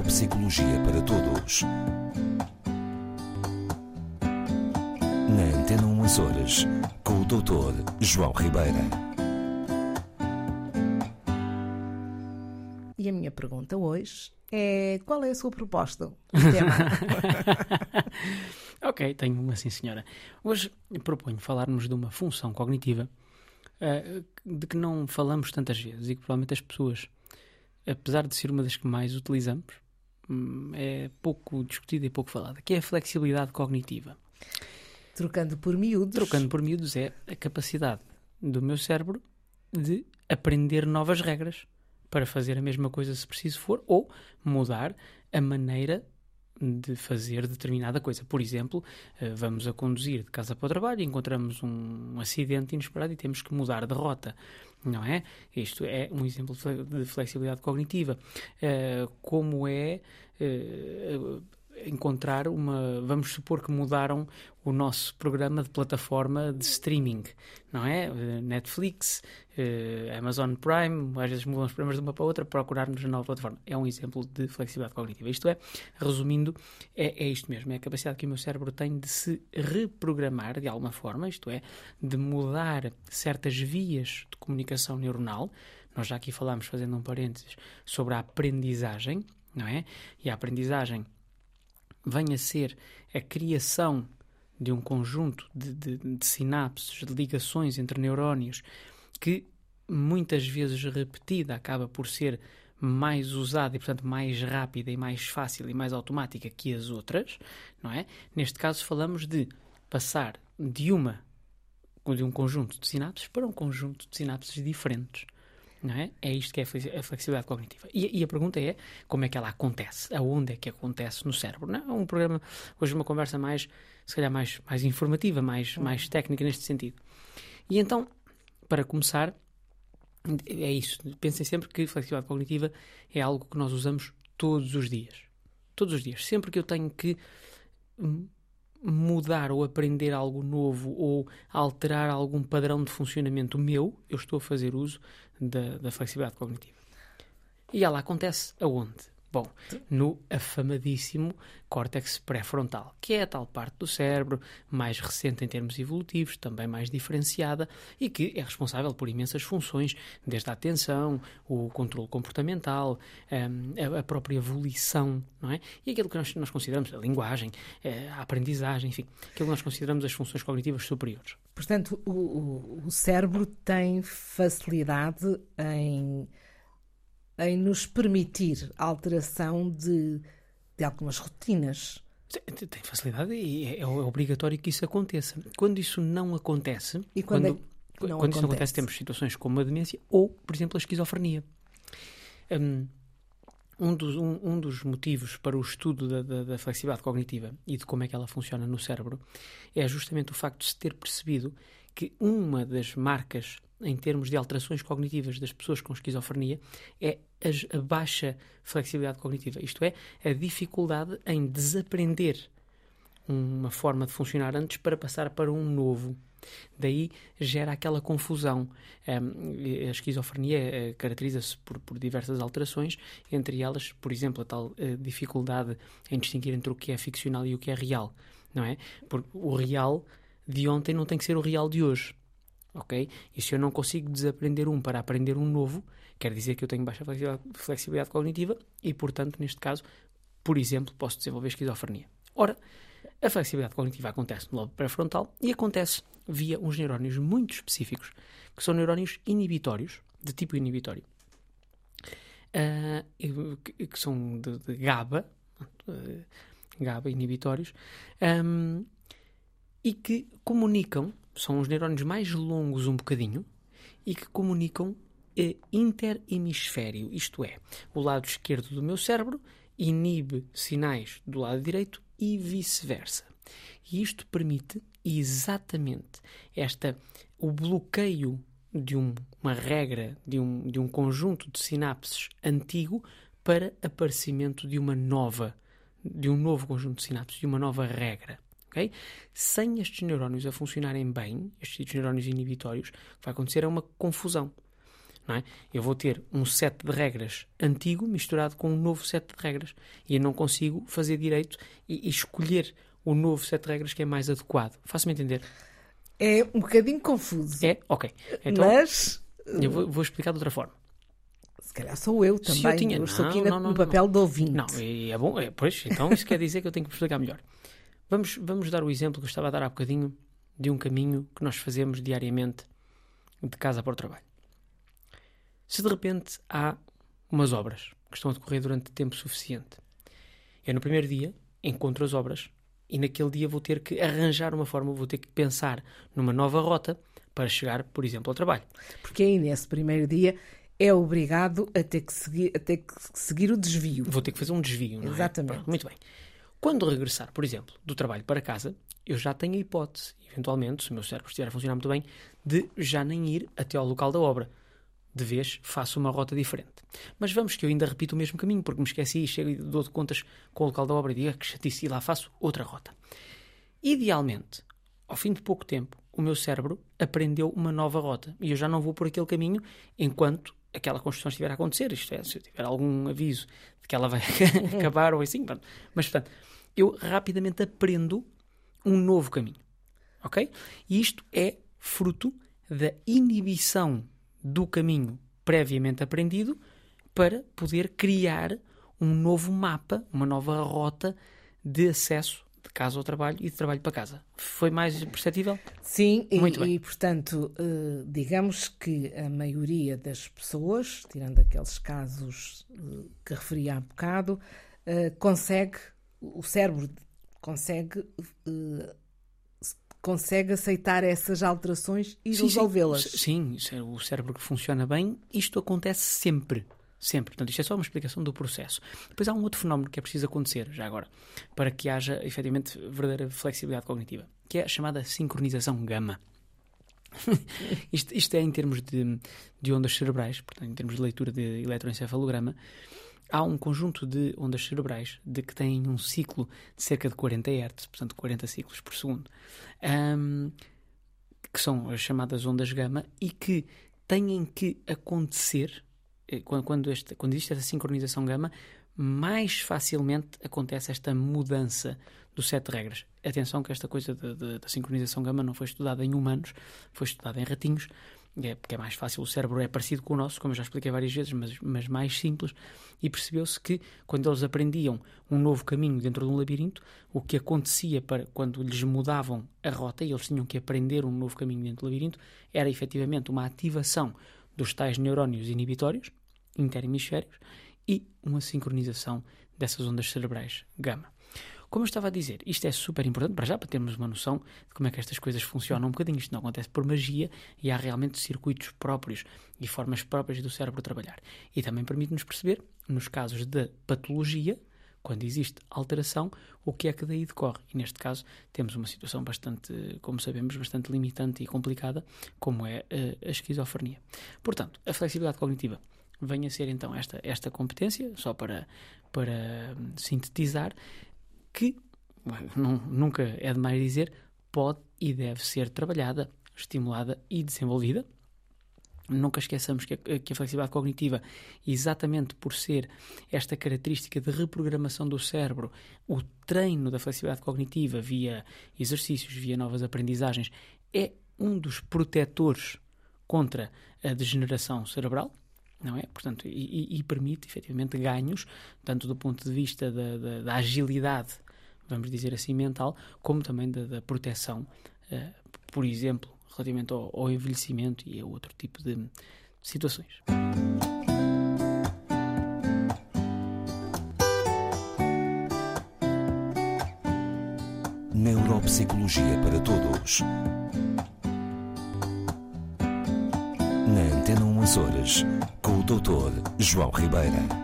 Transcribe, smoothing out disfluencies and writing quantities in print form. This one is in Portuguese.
Neuropsicologia para Todos. Na Antena 1 Açores, com o Dr. João Ribeira. E a minha pergunta hoje é: qual é a sua proposta? O tema? Ok, tenho uma, sim senhora. Hoje proponho falarmos de uma função cognitiva de que não falamos tantas vezes e que provavelmente as pessoas, apesar de ser uma das que mais utilizamos, é pouco discutida e pouco falada, que é a flexibilidade cognitiva. Trocando por miúdos, É a capacidade do meu cérebro de aprender novas regras para fazer a mesma coisa se preciso for, ou mudar a maneira de fazer determinada coisa. Por exemplo, vamos a conduzir de casa para o trabalho e encontramos um acidente inesperado e temos que mudar de rota, não é? Isto é um exemplo de flexibilidade cognitiva. Como é encontrar vamos supor que mudaram o nosso programa de plataforma de streaming, não é? Netflix, Amazon Prime, às vezes mudam os programas de uma para a outra, procurar-nos na nova plataforma. É um exemplo de flexibilidade cognitiva. Isto é, resumindo, é isto mesmo, é a capacidade que o meu cérebro tem de se reprogramar de alguma forma, isto é, de mudar certas vias de comunicação neuronal. Nós já aqui falámos, fazendo um parênteses, sobre a aprendizagem, não é? E a aprendizagem vem a ser a criação de um conjunto de sinapses, de ligações entre neurónios, que muitas vezes repetida acaba por ser mais usada e, portanto, mais rápida e mais fácil e mais automática que as outras, não é? Neste caso falamos de passar de um conjunto de sinapses para um conjunto de sinapses diferentes. Não é? É isto que é a flexibilidade cognitiva. E a pergunta é, como é que ela acontece? Aonde é que acontece no cérebro? Não é um programa, hoje uma conversa se calhar mais informativa, mais técnica neste sentido. E então, para começar, é isso. Pensem sempre que flexibilidade cognitiva é algo que nós usamos todos os dias. Todos os dias. Sempre que eu tenho que mudar ou aprender algo novo ou alterar algum padrão de funcionamento meu, eu estou a fazer uso da flexibilidade cognitiva. E ela acontece aonde? Bom, no afamadíssimo córtex pré-frontal, que é a tal parte do cérebro mais recente em termos evolutivos, também mais diferenciada e que é responsável por imensas funções, desde a atenção, o controle comportamental, a própria volição, não é? E aquilo que nós consideramos a linguagem, a aprendizagem, enfim, aquilo que nós consideramos as funções cognitivas superiores. Portanto, o cérebro tem facilidade em nos permitir a alteração de algumas rotinas. Tem facilidade e é obrigatório que isso aconteça. Quando isso não acontece, quando isso não acontece, temos situações como a demência ou, por exemplo, a esquizofrenia. Um dos motivos para o estudo da flexibilidade cognitiva e de como é que ela funciona no cérebro é justamente o facto de se ter percebido que uma das marcas em termos de alterações cognitivas das pessoas com esquizofrenia é a baixa flexibilidade cognitiva, isto é, a dificuldade em desaprender uma forma de funcionar antes para passar para um novo. Daí gera aquela confusão. A esquizofrenia caracteriza-se por diversas alterações, entre elas, por exemplo, a tal dificuldade em distinguir entre o que é ficcional e o que é real, não é? Porque o real de ontem não tem que ser o real de hoje. Ok? E se eu não consigo desaprender para aprender um novo, quer dizer que eu tenho baixa flexibilidade cognitiva e, portanto, neste caso, por exemplo, posso desenvolver esquizofrenia. Ora, a flexibilidade cognitiva acontece no lobo pré-frontal e acontece via uns neurónios muito específicos, que são neurónios inibitórios, de tipo inibitório, que são de GABA, GABA inibitórios, e que comunicam. São os neurónios mais longos um bocadinho e que comunicam interhemisfério, isto é, o lado esquerdo do meu cérebro inibe sinais do lado direito e vice-versa. E isto permite exatamente o bloqueio de uma regra, de um conjunto de sinapses antigo para aparecimento de um novo conjunto de sinapses, de uma nova regra. Okay? Sem estes neurónios a funcionarem bem, estes neurónios inibitórios, o que vai acontecer é uma confusão. não é? Eu vou ter um set de regras antigo misturado com um novo set de regras e eu não consigo fazer direito e escolher o novo set de regras que é mais adequado. Faço-me entender? É um bocadinho confuso. É? Ok. Então, mas eu vou explicar de outra forma. se calhar sou eu também. Eu estou aqui no papel de ouvinte. Não, é bom. Pois, então isso quer dizer que eu tenho que me explicar melhor. Vamos dar o exemplo que eu estava a dar há bocadinho de um caminho que nós fazemos diariamente de casa para o trabalho. Se de repente há umas obras que estão a decorrer durante tempo suficiente, eu no primeiro dia encontro as obras e naquele dia vou ter que arranjar uma forma, vou ter que pensar numa nova rota para chegar, por exemplo, ao trabalho. Porque aí nesse primeiro dia é obrigado a ter que seguir o desvio. Vou ter que fazer um desvio, não é? Exatamente. Pronto, muito bem. Quando regressar, por exemplo, do trabalho para casa, eu já tenho a hipótese, eventualmente, se o meu cérebro estiver a funcionar muito bem, de já nem ir até ao local da obra. De vez, faço uma rota diferente. Mas vamos que eu ainda repito o mesmo caminho, porque me esqueci e chego e dou de contas com o local da obra e digo que chatice, e lá faço outra rota. Idealmente, ao fim de pouco tempo, o meu cérebro aprendeu uma nova rota e eu já não vou por aquele caminho enquanto aquela construção estiver a acontecer. Isto é, se eu tiver algum aviso de que ela vai acabar ou assim. Pronto. Mas, portanto, eu rapidamente aprendo um novo caminho. Ok? E isto é fruto da inibição do caminho previamente aprendido para poder criar um novo mapa, uma nova rota de acesso de casa ao trabalho e de trabalho para casa. Foi mais perceptível? Sim, Muito bem. E portanto, digamos que a maioria das pessoas, tirando aqueles casos que referi há bocado, o cérebro consegue aceitar essas alterações e resolvê-las. Sim, o cérebro que funciona bem, isto acontece sempre. Sempre. Portanto, isto é só uma explicação do processo. Depois há um outro fenómeno que é preciso acontecer, já agora, para que haja, efetivamente, verdadeira flexibilidade cognitiva, que é a chamada sincronização gama. isto é em termos de ondas cerebrais, portanto, em termos de leitura de eletroencefalograma, há um conjunto de ondas cerebrais que têm um ciclo de cerca de 40 Hz, portanto 40 ciclos por segundo, que são as chamadas ondas gama e que têm que acontecer, quando existe essa sincronização gama, mais facilmente acontece esta mudança do set de regras. Atenção que esta coisa da sincronização gama não foi estudada em humanos, foi estudada em ratinhos, porque é mais fácil, o cérebro é parecido com o nosso, como eu já expliquei várias vezes, mas mais simples, e percebeu-se que quando eles aprendiam um novo caminho dentro de um labirinto, o que acontecia quando lhes mudavam a rota e eles tinham que aprender um novo caminho dentro do labirinto, era efetivamente uma ativação dos tais neurónios inibitórios, interhemisféricos, e uma sincronização dessas ondas cerebrais gama. Como eu estava a dizer, isto é super importante para termos uma noção de como é que estas coisas funcionam um bocadinho. Isto não acontece por magia e há realmente circuitos próprios e formas próprias do cérebro trabalhar. E também permite-nos perceber, nos casos de patologia, quando existe alteração, o que é que daí decorre. E neste caso temos uma situação bastante, como sabemos, bastante limitante e complicada, como é a esquizofrenia. Portanto, a flexibilidade cognitiva vem a ser então esta competência, só para sintetizar, que, nunca é demais dizer, pode e deve ser trabalhada, estimulada e desenvolvida. Nunca esqueçamos que a flexibilidade cognitiva, exatamente por ser esta característica de reprogramação do cérebro, o treino da flexibilidade cognitiva via exercícios, via novas aprendizagens, é um dos protetores contra a degeneração cerebral, não é? Portanto, e permite, efetivamente, ganhos, tanto do ponto de vista da agilidade, vamos dizer assim, mental, como também da proteção, por exemplo, relativamente ao envelhecimento e a outro tipo de situações. Neuropsicologia para todos. Na Antena 1 Açores, com o Dr. João Ribeira.